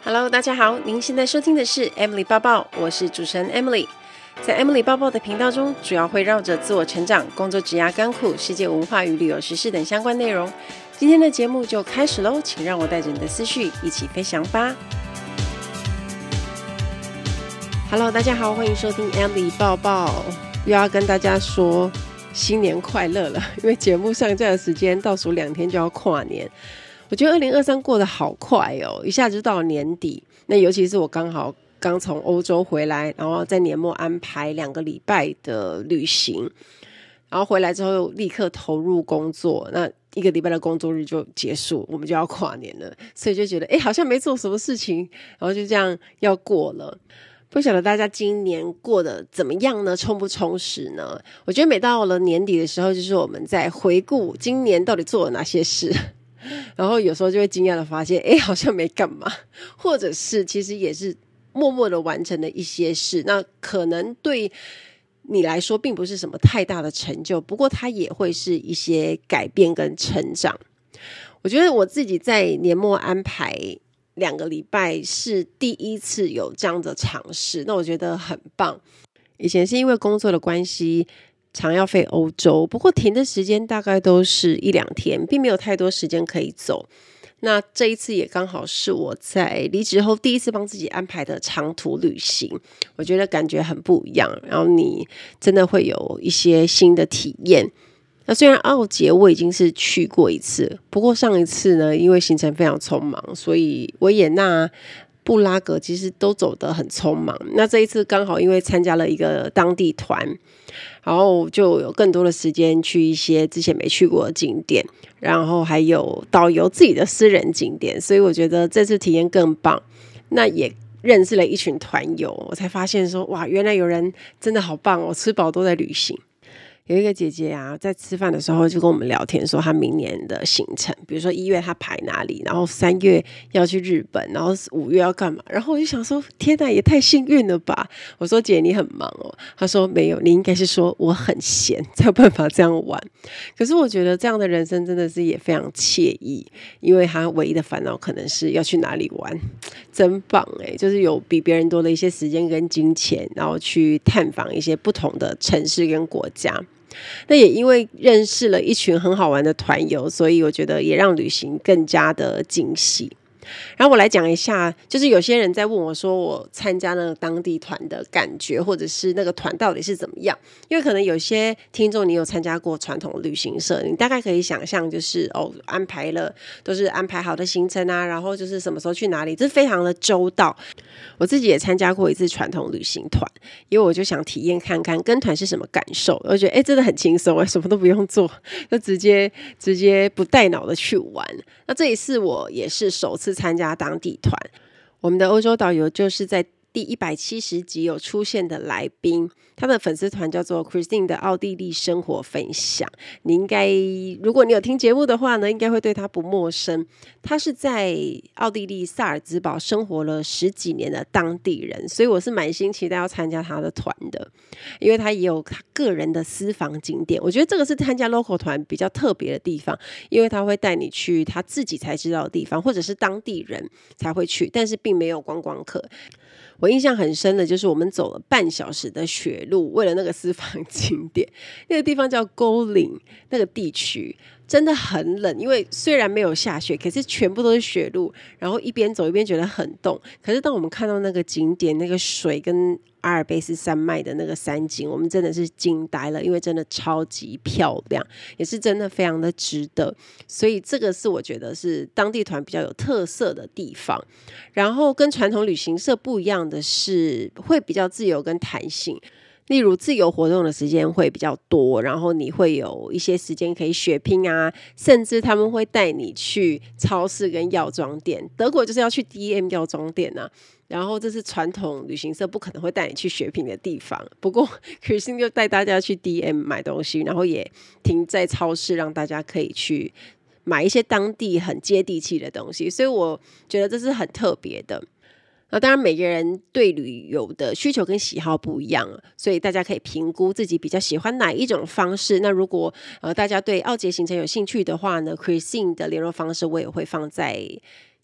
Hello， 大家好，您现在收听的是 Emily 抱抱，我是主持人 Emily。在 Emily 抱抱的频道中，主要会绕着自我成长、工作、职涯、甘苦、世界文化与旅游时事等相关内容。今天的节目就开始咯，请让我带着你的思绪一起飞翔吧。Hello， 大家好，欢迎收听 Emily 抱抱，又要跟大家说新年快乐了，因为节目上架的时间倒数2天就要跨年。我觉得2023过得好快哦，一下就到了年底。那尤其是我刚从欧洲回来，然后在年末安排2个礼拜的旅行，然后回来之后立刻投入工作。那1个礼拜的工作日就结束，我们就要跨年了，所以就觉得好像没做什么事情，然后就这样要过了。不晓得大家今年过得怎么样呢？充不充实呢？我觉得每到了年底的时候，就是我们在回顾今年到底做了哪些事，然后有时候就会惊讶的发现好像没干嘛，或者是其实也是默默的完成了一些事，那可能对你来说并不是什么太大的成就，不过它也会是一些改变跟成长。我觉得我自己在年末安排2个礼拜是第一次有这样的尝试，那我觉得很棒。以前是因为工作的关系常要飞欧洲，不过停的时间大概都是1-2天，并没有太多时间可以走。那这一次也刚好是我在离职后第一次帮自己安排的长途旅行，我觉得感觉很不一样，然后你真的会有一些新的体验。那虽然奥捷我已经是去过一次，不过上一次呢，因为行程非常匆忙，所以维也纳、布拉格其实都走得很匆忙。那这一次刚好因为参加了一个当地团，然后就有更多的时间去一些之前没去过的景点，然后还有导游自己的私人景点，所以我觉得这次体验更棒。那也认识了一群团友，我才发现说哇，原来有人真的好棒哦，吃饱都在旅行。有一个姐姐啊，在吃饭的时候就跟我们聊天说她明年的行程，比如说1月她排哪里，然后3月要去日本，然后5月要干嘛，然后我就想说天哪，也太幸运了吧。我说姐你很忙哦，她说没有，你应该是说我很闲才有办法这样玩。可是我觉得这样的人生真的是也非常惬意，因为她唯一的烦恼可能是要去哪里玩，真棒就是有比别人多的一些时间跟金钱，然后去探访一些不同的城市跟国家。那也因为认识了一群很好玩的团友，所以我觉得也让旅行更加的惊喜。然后我来讲一下，就是有些人在问我说我参加那个当地团的感觉，或者是那个团到底是怎么样。因为可能有些听众你有参加过传统旅行社，你大概可以想象就是安排了都是安排好的行程啊，然后就是什么时候去哪里，这非常的周到。我自己也参加过一次传统旅行团，因为我就想体验看看跟团是什么感受，我觉得真的很轻松什么都不用做，就直接不带脑的去玩。那这一次我也是首次参加当地团，我们的欧洲导游就是在第170集有出现的来宾，他的粉丝团叫做 Christine 的奥地利生活分享。你应该如果你有听节目的话呢，应该会对他不陌生。他是在奥地利萨尔兹堡生活了10几年的当地人，所以我是满心期待要参加他的团的，因为他也有他个人的私房景点。我觉得这个是参加 local 团比较特别的地方，因为他会带你去他自己才知道的地方，或者是当地人才会去，但是并没有观光客。我印象很深的就是我们走了半小时的雪路，为了那个私房景点，那个地方叫沟岭，那个地区真的很冷，因为虽然没有下雪，可是全部都是雪路，然后一边走一边觉得很冻。可是当我们看到那个景点，那个水跟阿尔卑斯山脉的那个山景，我们真的是惊呆了，因为真的超级漂亮，也是真的非常的值得。所以这个是我觉得是当地团比较有特色的地方。然后跟传统旅行社不一样的是会比较自由跟弹性，例如自由活动的时间会比较多，然后你会有一些时间可以血拼啊，甚至他们会带你去超市跟药妆店。德国就是要去 DM 药妆店啊，然后这是传统旅行社不可能会带你去血拼的地方。不过 Christine 就带大家去 DM 买东西，然后也停在超市让大家可以去买一些当地很接地气的东西，所以我觉得这是很特别的。那当然每个人对旅游的需求跟喜好不一样，所以大家可以评估自己比较喜欢哪一种方式。那如果大家对奥捷行程有兴趣的话呢， Christine 的联络方式我也会放在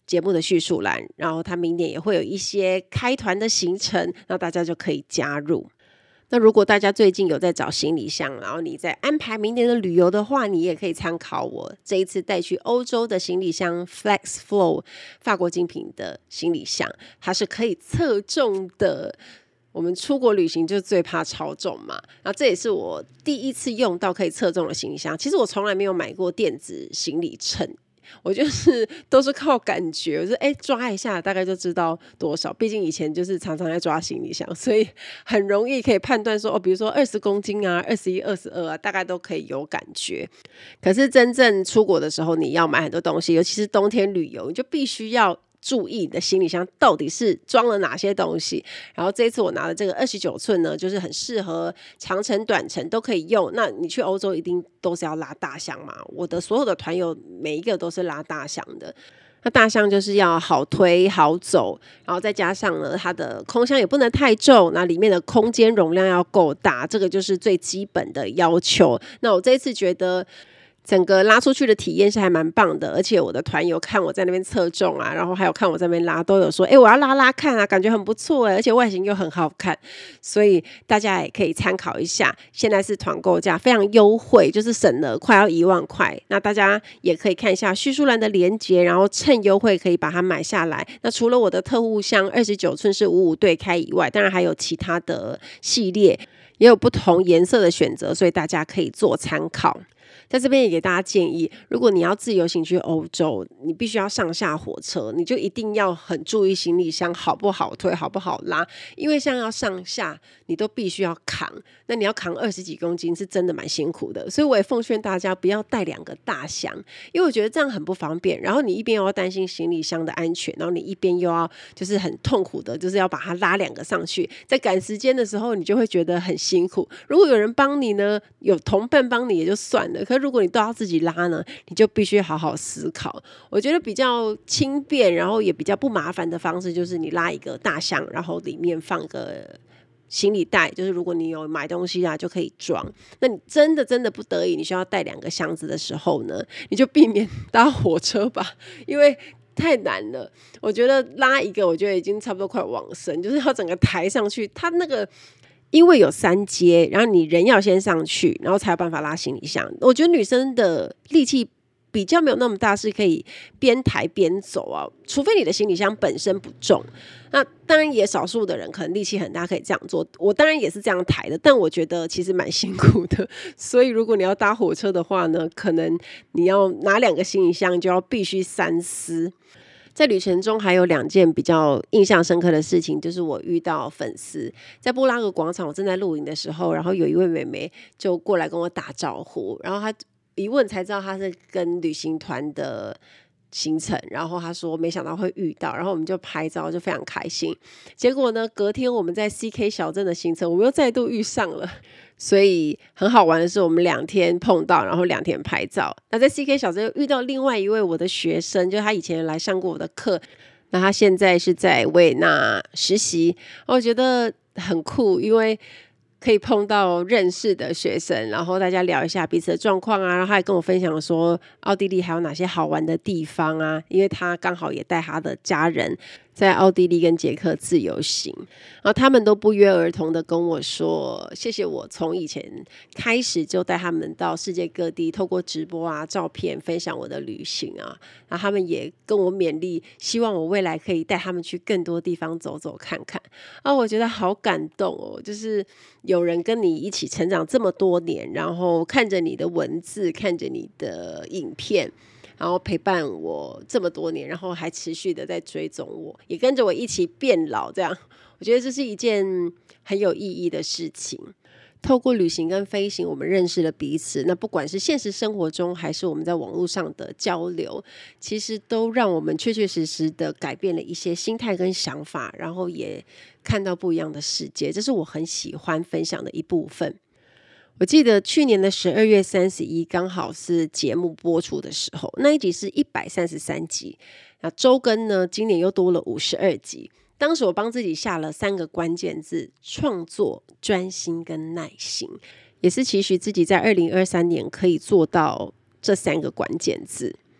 节目的叙述栏，然后他明年也会有一些开团的行程，那大家就可以加入。那如果大家最近有在找行李箱，然后你在安排明年的旅游的话，你也可以参考我这一次带去欧洲的行李箱 Flex Flow 法国精品的行李箱，它是可以测重的。我们出国旅行就最怕超重嘛，然后这也是我第一次用到可以测重的行李箱。其实我从来没有买过电子行李秤，我就是都是靠感觉，我就抓一下大概就知道多少。毕竟以前就是常常在抓行李箱，所以很容易可以判断说比如说20公斤啊、21、22啊，大概都可以有感觉。可是真正出国的时候，你要买很多东西，尤其是冬天旅游，你就必须要注意你的行李箱到底是装了哪些东西。然后这一次我拿的这个29寸呢，就是很适合长程短程都可以用。那你去欧洲一定都是要拉大箱嘛，我的所有的团友每一个都是拉大箱的。那大箱就是要好推好走，然后再加上呢，它的空箱也不能太重，那里面的空间容量要够大，这个就是最基本的要求。那我这一次觉得整个拉出去的体验是还蛮棒的，而且我的团友看我在那边测重啊，然后还有看我在那边拉，都有说我要拉拉看啊，感觉很不错而且外形又很好看，所以大家也可以参考一下。现在是团购价非常优惠，就是省了快要1万块。那大家也可以看一下叙述栏的连结，然后趁优惠可以把它买下来。那除了我的特护箱29寸是55对开以外，当然还有其他的系列，也有不同颜色的选择，所以大家可以做参考。在这边也给大家建议，如果你要自由行去欧洲，你必须要上下火车，你就一定要很注意行李箱好不好推好不好拉，因为像要上下你都必须要扛，那你要扛20几公斤是真的蛮辛苦的。所以我也奉劝大家不要带2个大箱，因为我觉得这样很不方便，然后你一边又要担心行李箱的安全，然后你一边又要就是很痛苦的就是要把它拉2个上去，在赶时间的时候你就会觉得很辛苦。如果有人帮你呢，有同伴帮你也就算了，可如果你都要自己拉呢，你就必须好好思考。我觉得比较轻便然后也比较不麻烦的方式，就是你拉一个大箱，然后里面放个行李袋，就是如果你有买东西啊就可以装。那你真的不得已你需要带2个箱子的时候呢，你就避免搭火车吧，因为太难了。我觉得拉一个我觉得已经差不多快往生，就是要整个抬上去，它那个因为有3阶，然后你人要先上去，然后才有办法拉行李箱。我觉得女生的力气比较没有那么大，是可以边抬边走啊，除非你的行李箱本身不重。那当然也少数的人可能力气很大可以这样做，我当然也是这样抬的，但我觉得其实蛮辛苦的。所以如果你要搭火车的话呢，可能你要拿2个行李箱就要必须三思。在旅程中还有2件比较印象深刻的事情，就是我遇到粉丝在布拉格广场，我正在录影的时候，然后有一位妹妹就过来跟我打招呼，然后她一问才知道她是跟旅行团的行程，然后她说没想到会遇到，然后我们就拍照就非常开心。结果呢，隔天我们在 CK 小镇的行程我们又再度遇上了，所以很好玩的是我们2天碰到，然后2天拍照。那在 CK 小镇又遇到另外一位我的学生，就是他以前来上过我的课，那他现在是在维也纳实习，我觉得很酷，因为可以碰到认识的学生，然后大家聊一下彼此的状况啊，然后他还跟我分享说奥地利还有哪些好玩的地方啊，因为他刚好也带他的家人在奥地利跟捷克自由行，然后他们都不约而同的跟我说谢谢我从以前开始就带他们到世界各地，透过直播啊照片分享我的旅行啊，然后他们也跟我勉励，希望我未来可以带他们去更多地方走走看看啊，我觉得好感动哦，就是有人跟你一起成长这么多年，然后看着你的文字，看着你的影片，然后陪伴我这么多年，然后还持续的在追踪我，也跟着我一起变老，这样我觉得这是一件很有意义的事情。透过旅行跟飞行，我们认识了彼此，那不管是现实生活中还是我们在网络上的交流，其实都让我们确确实实的改变了一些心态跟想法，然后也看到不一样的世界，这是我很喜欢分享的一部分。我记得去年的12月31刚好是节目播出的时候，那一集是133集，那周更呢今年又多了52集。当时我帮自己下了3个关键字：创作、专心跟耐心，也是期许自己在2023年可以做到这3个关键字。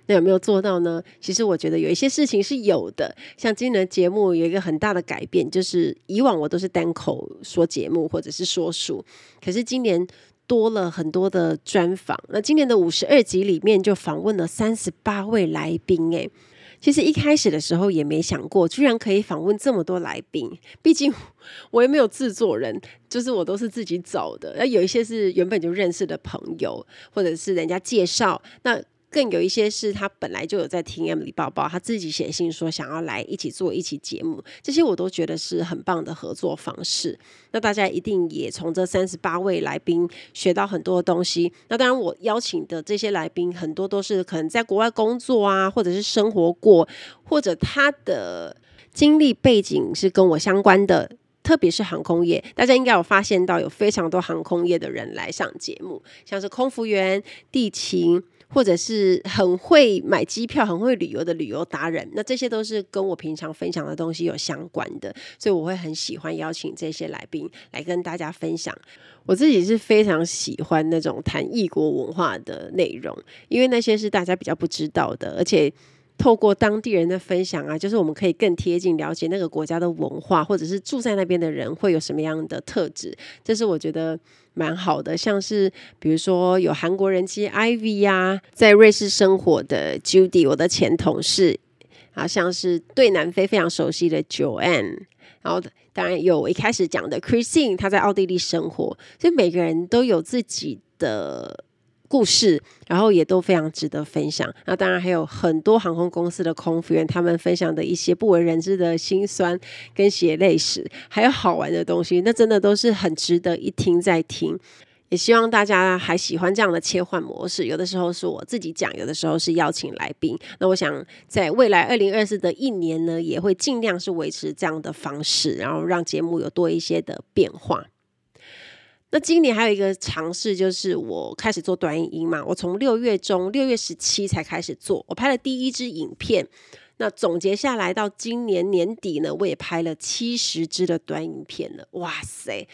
那有没有做到呢？其实我觉得有一些事情是有的，像今年的节目有一个很大的改变，就是以往我都是单口说节目或者是说书，可是今年多了很多的专访。那今年的52集里面就访问了38位来宾耶。其实一开始的时候也没想过，居然可以访问这么多来宾。毕竟我也没有制作人，就是我都是自己找的。那有一些是原本就认识的朋友，或者是人家介绍。那更有一些是他本来就有在听 Emily 报报，他自己写信说想要来一起做一期节目，这些我都觉得是很棒的合作方式。那大家一定也从这38位来宾学到很多的东西。那当然我邀请的这些来宾很多都是可能在国外工作啊，或者是生活过，或者他的经历背景是跟我相关的，特别是航空业，大家应该有发现到有非常多航空业的人来上节目，像是空服员、地勤，或者是很会买机票、很会旅游的旅游达人，那这些都是跟我平常分享的东西有相关的，所以我会很喜欢邀请这些来宾来跟大家分享。我自己是非常喜欢那种谈异国文化的内容，因为那些是大家比较不知道的，而且透过当地人的分享啊，就是我们可以更贴近了解那个国家的文化，或者是住在那边的人会有什么样的特质，这是我觉得蛮好的。像是比如说有韩国人妻 Ivy 啊，在瑞士生活的 Judy 我的前同事，啊，像是对南非非常熟悉的 Joanne， 然后当然有我一开始讲的 Christine， 她在奥地利生活，所以每个人都有自己的故事，然后也都非常值得分享。那当然还有很多航空公司的空服员，他们分享的一些不为人知的辛酸跟血泪史，还有好玩的东西，那真的都是很值得一听再听。也希望大家还喜欢这样的切换模式，有的时候是我自己讲，有的时候是邀请来宾。那我想在未来2024的一年呢，也会尽量是维持这样的方式，然后让节目有多一些的变化。那今年还有一个尝试，就是我开始做短影音嘛，我从6月中6月17才开始做，我拍了第一支影片。那总结下来到今年年底呢，我也拍了70支的短影片了。哇塞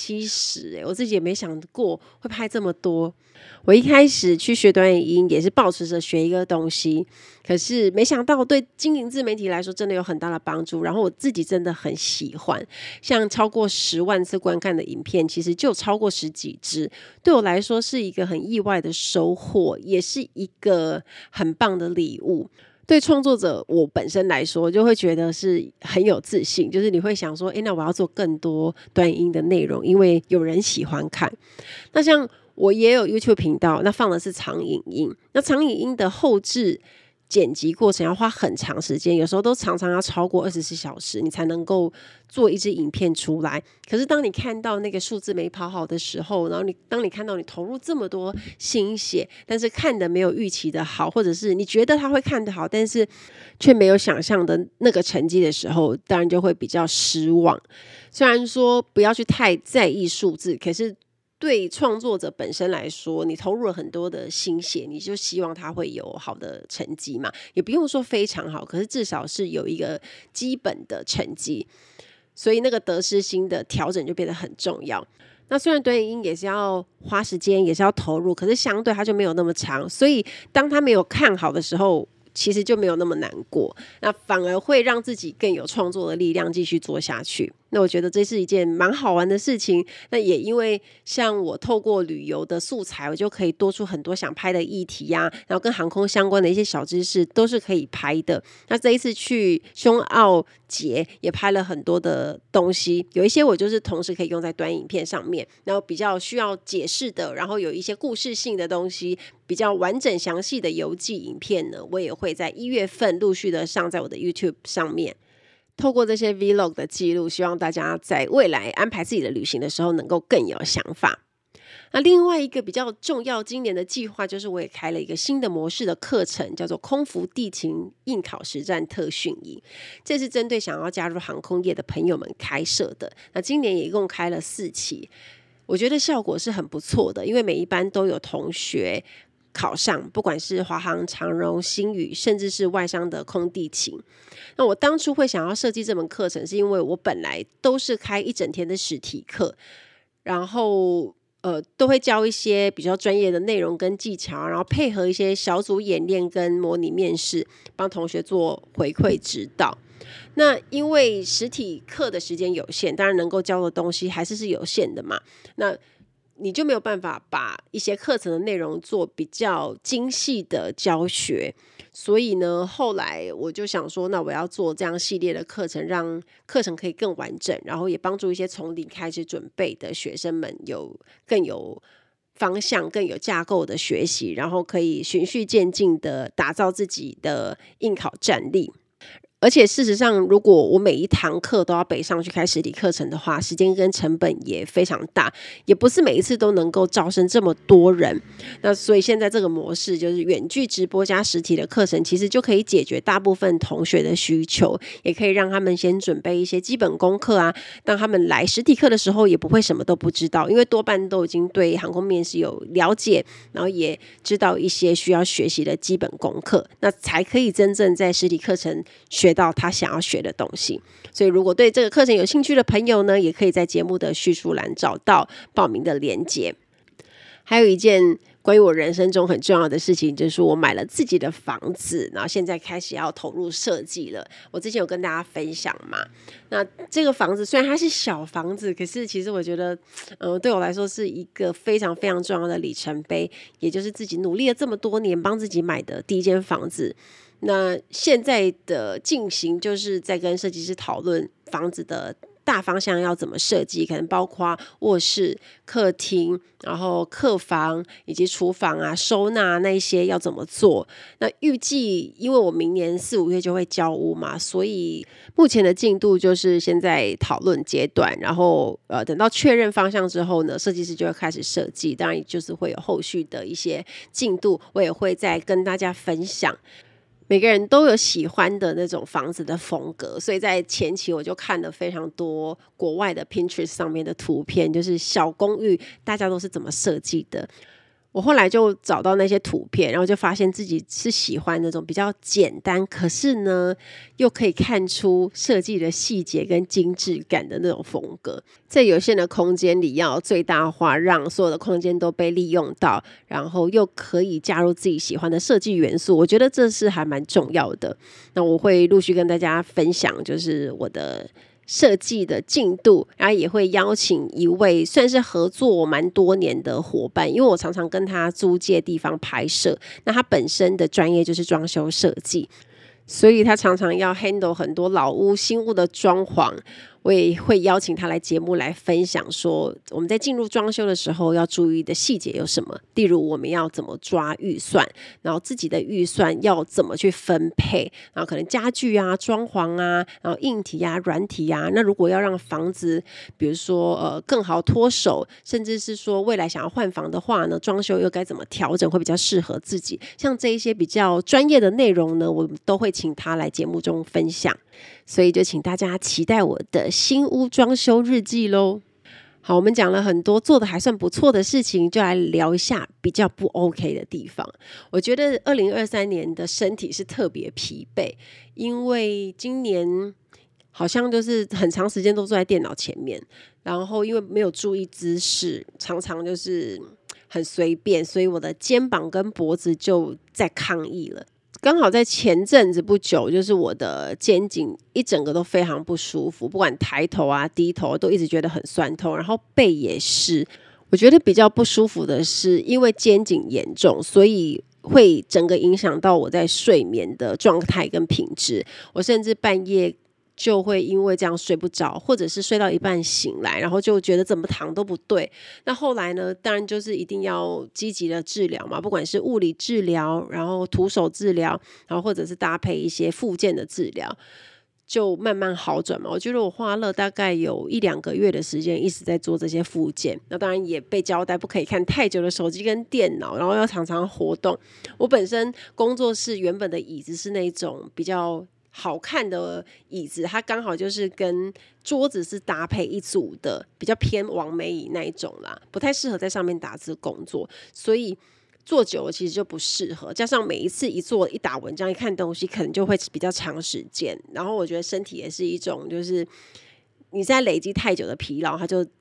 ，70我自己也没想过会拍这么多。我一开始去学短影音也是抱持着学一个东西，可是没想到对经营自媒体来说真的有很大的帮助，然后我自己真的很喜欢，像超过10万次观看的影片其实就超过10几支，对我来说是一个很意外的收获，也是一个很棒的礼物。对创作者我本身来说就会觉得是很有自信，就是你会想说那我要做更多短影音的内容，因为有人喜欢看。那像我也有 YouTube 频道，那放的是长影音，那长影音的后制剪辑过程要花很长时间，有时候都常常要超过24小时你才能够做一支影片出来。可是当你看到那个数字没跑好的时候，然后当你看到你投入这么多心血，但是看的没有预期的好，或者是你觉得他会看得好，但是却没有想象的那个成绩的时候，当然就会比较失望。虽然说不要去太在意数字，可是对创作者本身来说，你投入了很多的心血，你就希望他会有好的成绩嘛，也不用说非常好，可是至少是有一个基本的成绩，所以那个得失心的调整就变得很重要。那虽然短影音也是要花时间，也是要投入，可是相对它就没有那么长，所以当他没有看好的时候，其实就没有那么难过，那反而会让自己更有创作的力量继续做下去。那我觉得这是一件蛮好玩的事情。那也因为像我透过旅游的素材，我就可以多出很多想拍的议题啊，然后跟航空相关的一些小知识都是可以拍的。那这一次去匈奥节也拍了很多的东西，有一些我就是同时可以用在短影片上面，然后比较需要解释的，然后有一些故事性的东西，比较完整详细的游记影片呢，我也会在1月份陆续的上在我的 YouTube 上面。透过这些 Vlog 的记录，希望大家在未来安排自己的旅行的时候能够更有想法。那另外一个比较重要今年的计划，就是我也开了一个新的模式的课程，叫做空服地勤应考实战特训营。这是针对想要加入航空业的朋友们开设的。那今年也一共开了4期，我觉得效果是很不错的，因为每一班都有同学考上，不管是华航、长荣、星宇，甚至是外商的空地勤。那我当初会想要设计这门课程，是因为我本来都是开1整天的实体课，然后都会教一些比较专业的内容跟技巧，然后配合一些小组演练跟模拟面试，帮同学做回馈指导。那因为实体课的时间有限，当然能够教的东西还是有限的嘛，那你就没有办法把一些课程的内容做比较精细的教学。所以呢，后来我就想说，那我要做这样系列的课程，让课程可以更完整，然后也帮助一些从零开始准备的学生们更有方向、更有架构的学习，然后可以循序渐进的打造自己的应考战力。而且事实上，如果我每一堂课都要北上去开实体课程的话，时间跟成本也非常大，也不是每一次都能够招生这么多人。那所以现在这个模式就是远距直播加实体的课程，其实就可以解决大部分同学的需求，也可以让他们先准备一些基本功课啊，当他们来实体课的时候也不会什么都不知道，因为多半都已经对航空面试有了解，然后也知道一些需要学习的基本功课，那才可以真正在实体课程学到他想要学的东西。所以如果对这个课程有兴趣的朋友呢，也可以在节目的叙述栏找到报名的连结。还有一件关于我人生中很重要的事情，就是我买了自己的房子，然后现在开始要投入设计了。我之前有跟大家分享嘛，那这个房子虽然它是小房子，可是其实我觉得对我来说是一个非常非常重要的里程碑，也就是自己努力了这么多年帮自己买的第一间房子。那现在的进行就是在跟设计师讨论房子的大方向要怎么设计，可能包括卧室、客厅，然后客房以及厨房啊、收纳那一些要怎么做。那预计因为我明年4、5月就会交屋嘛，所以目前的进度就是现在讨论阶段，然后等到确认方向之后呢，设计师就会开始设计，当然就是会有后续的一些进度，我也会再跟大家分享。每个人都有喜欢的那种房子的风格，所以在前期我就看了非常多国外的 Pinterest 上面的图片，就是小公寓大家都是怎么设计的。我后来就找到那些图片，然后就发现自己是喜欢那种比较简单，可是呢又可以看出设计的细节跟精致感的那种风格，在有限的空间里要最大化，让所有的空间都被利用到，然后又可以加入自己喜欢的设计元素，我觉得这是还蛮重要的。那我会陆续跟大家分享，就是我的设计的进度，然后也会邀请一位算是合作我蛮多年的伙伴，因为我常常跟他租借地方拍摄，那他本身的专业就是装修设计，所以他常常要 handle 很多老屋新屋的装潢。我也会邀请他来节目来分享说我们在进入装修的时候要注意的细节有什么，例如我们要怎么抓预算，然后自己的预算要怎么去分配，然后可能家具啊、装潢啊，然后硬体啊、软体啊，那如果要让房子比如说更好脱手，甚至是说未来想要换房的话呢，装修又该怎么调整会比较适合自己，像这一些比较专业的内容呢，我都会请他来节目中分享。所以就请大家期待我的新屋装修日记咯。好，我们讲了很多做的还算不错的事情，就来聊一下比较不 OK 的地方。我觉得2023年的身体是特别疲惫，因为今年好像就是很长时间都坐在电脑前面，然后因为没有注意姿势，常常就是很随便，所以我的肩膀跟脖子就在抗议了。刚好在前阵子不久，就是我的肩颈一整个都非常不舒服，不管抬头啊低头都一直觉得很酸痛，然后背也是。我觉得比较不舒服的是因为肩颈严重，所以会整个影响到我在睡眠的状态跟品质，我甚至半夜就会因为这样睡不着，或者是睡到一半醒来，然后就觉得怎么躺都不对。那后来呢，当然就是一定要积极的治疗嘛，不管是物理治疗，然后徒手治疗，然后或者是搭配一些复健的治疗，就慢慢好转嘛。我觉得我花了大概有1、2个月的时间一直在做这些复健，那当然也被交代不可以看太久的手机跟电脑，然后要常常活动。我本身工作室原本的椅子是那种比较好看的椅子，它刚好就是跟桌子是搭配一组的，比较偏王美椅那一种啦，不太适合在上面打字工作，所以坐久了其实就不适合，加上每一次一坐一打文章一看东西可能就会比较长时间，然后我觉得身体也是一种就是你在累积太久的疲劳，它就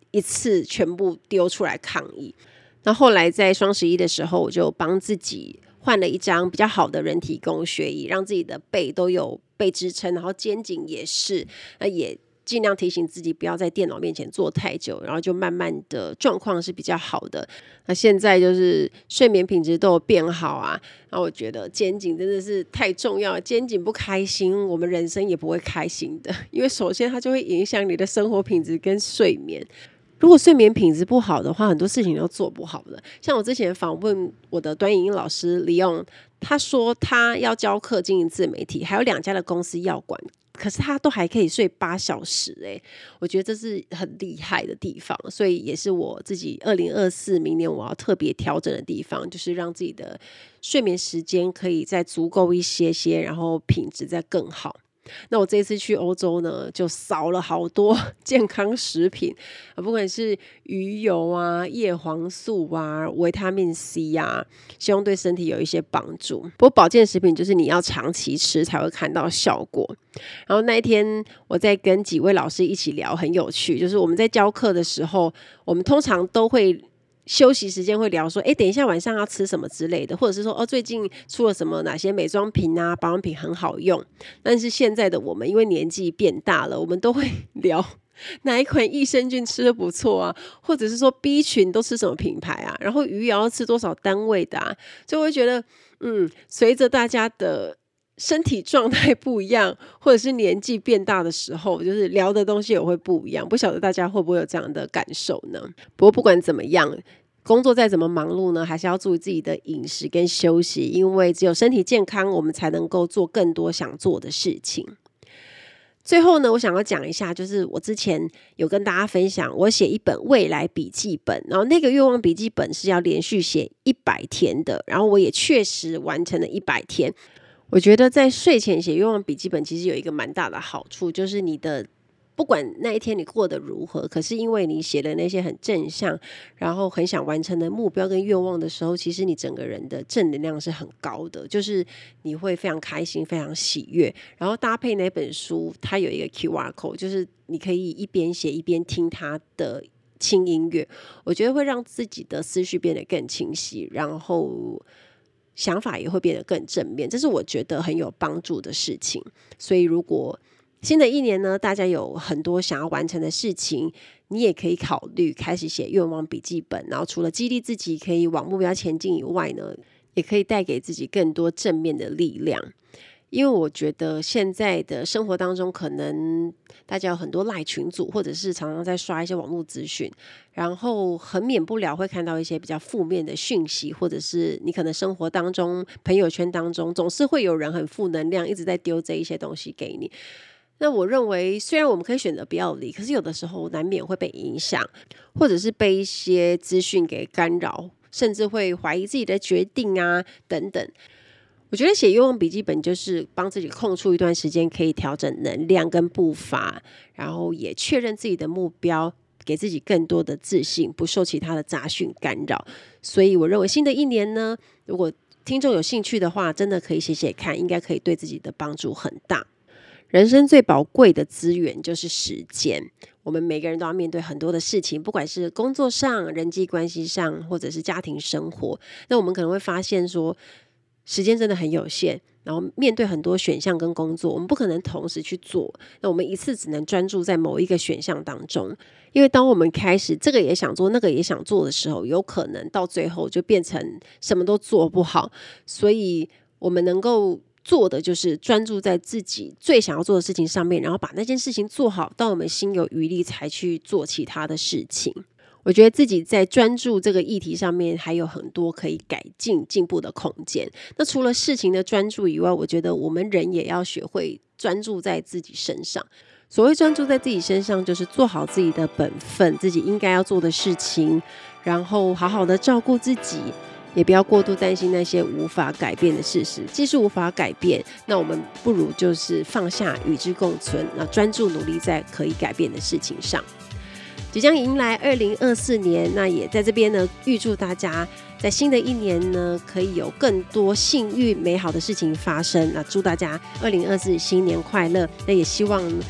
一次全部丢出来抗议。那后来在双11的时候，我就帮自己换了一张比较好的人体工学椅，让自己的背都有背支撑，然后肩颈也是，那也尽量提醒自己不要在电脑面前坐太久，然后就慢慢的状况是比较好的。那现在就是睡眠品质都有变好啊，然后我觉得肩颈真的是太重要了，肩颈不开心，我们人生也不会开心的，因为首先它就会影响你的生活品质跟睡眠。如果睡眠品质不好的话，很多事情都做不好的。像我之前访问我的短影音老师李勇，他说他要教课经营自媒体，还有2家的公司要管，可是他都还可以睡8小时我觉得这是很厉害的地方，所以也是我自己2024明年我要特别调整的地方，就是让自己的睡眠时间可以再足够一些，然后品质再更好。那我这一次去欧洲呢，就扫了好多健康食品，不管是鱼油啊、叶黄素啊、维他命 C 啊，希望对身体有一些帮助。不过保健食品就是你要长期吃才会看到效果。然后那一天我在跟几位老师一起聊，很有趣，就是我们在教课的时候，我们通常都会休息时间会聊说等一下晚上要吃什么之类的，或者是说最近出了什么哪些美妆品啊保养品很好用。但是现在的我们因为年纪变大了，我们都会聊哪一款益生菌吃的不错啊，或者是说 B 群都吃什么品牌啊，然后鱼要吃多少单位的啊，就会觉得随着大家的身体状态不一样，或者是年纪变大的时候，就是聊的东西也会不一样。不晓得大家会不会有这样的感受呢？不过不管怎么样，工作再怎么忙碌呢，还是要注意自己的饮食跟休息，因为只有身体健康，我们才能够做更多想做的事情。最后呢，我想要讲一下，就是我之前有跟大家分享，我写一本未来笔记本，然后那个愿望笔记本是要连续写100天的，然后我也确实完成了100天。我觉得在睡前写愿望笔记本其实有一个蛮大的好处，就是你的不管那一天你过得如何，可是因为你写了那些很正向，然后很想完成的目标跟愿望的时候，其实你整个人的正能量是很高的，就是你会非常开心非常喜悦。然后搭配那本书，它有一个 QR code， 就是你可以一边写一边听它的轻音乐，我觉得会让自己的思绪变得更清晰，然后想法也会变得更正面，这是我觉得很有帮助的事情。所以如果新的一年呢，大家有很多想要完成的事情，你也可以考虑开始写愿望笔记本，然后除了激励自己可以往目标前进以外呢，也可以带给自己更多正面的力量。因为我觉得现在的生活当中，可能大家有很多赖群组，或者是常常在刷一些网络资讯，然后很免不了会看到一些比较负面的讯息，或者是你可能生活当中朋友圈当中总是会有人很负能量，一直在丢这一些东西给你。那我认为虽然我们可以选择不要理，可是有的时候难免会被影响，或者是被一些资讯给干扰，甚至会怀疑自己的决定啊等等。我觉得写愿望笔记本就是帮自己空出一段时间，可以调整能量跟步伐，然后也确认自己的目标，给自己更多的自信，不受其他的杂讯干扰。所以我认为新的一年呢，如果听众有兴趣的话，真的可以写写看，应该可以对自己的帮助很大。人生最宝贵的资源就是时间，我们每个人都要面对很多的事情，不管是工作上、人际关系上，或者是家庭生活。那我们可能会发现说时间真的很有限，然后面对很多选项跟工作，我们不可能同时去做，那我们一次只能专注在某一个选项当中。因为当我们开始这个也想做那个也想做的时候，有可能到最后就变成什么都做不好。所以我们能够做的就是专注在自己最想要做的事情上面，然后把那件事情做好，到我们心有余力才去做其他的事情。我觉得自己在专注这个议题上面还有很多可以改进进步的空间。那除了事情的专注以外，我觉得我们人也要学会专注在自己身上。所谓专注在自己身上，就是做好自己的本分，自己应该要做的事情，然后好好的照顾自己，也不要过度担心那些无法改变的事实。既是无法改变，那我们不如就是放下，与之共存，那专注努力在可以改变的事情上。即将迎来2024年，那也在这边呢，预祝大家在新的一年呢，可以有更多幸运美好的事情发生。那祝大家2024新年快乐！那也希望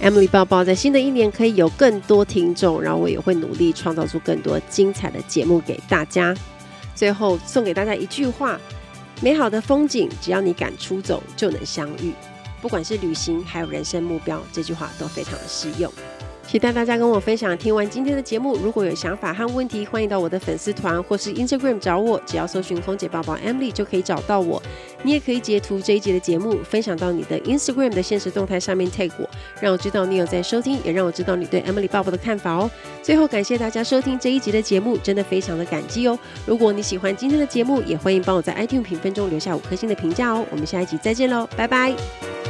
Emily 抱抱在新的一年可以有更多听众，然后我也会努力创造出更多精彩的节目给大家。最后送给大家一句话：美好的风景，只要你敢出走，就能相遇。不管是旅行还有人生目标，这句话都非常的适用。期待大家跟我分享听完今天的节目，如果有想法和问题，欢迎到我的粉丝团或是 Instagram 找我，只要搜寻空姐抱抱 Emily 就可以找到我。你也可以截图这一集的节目分享到你的 Instagram 的限时动态上面 tag 我，让我知道你有在收听，也让我知道你对 Emily 抱抱的看法哦。最后感谢大家收听这一集的节目，真的非常的感激哦。如果你喜欢今天的节目，也欢迎帮我在 iTunes 评分中留下5颗星的评价哦。我们下一集再见喽，拜拜。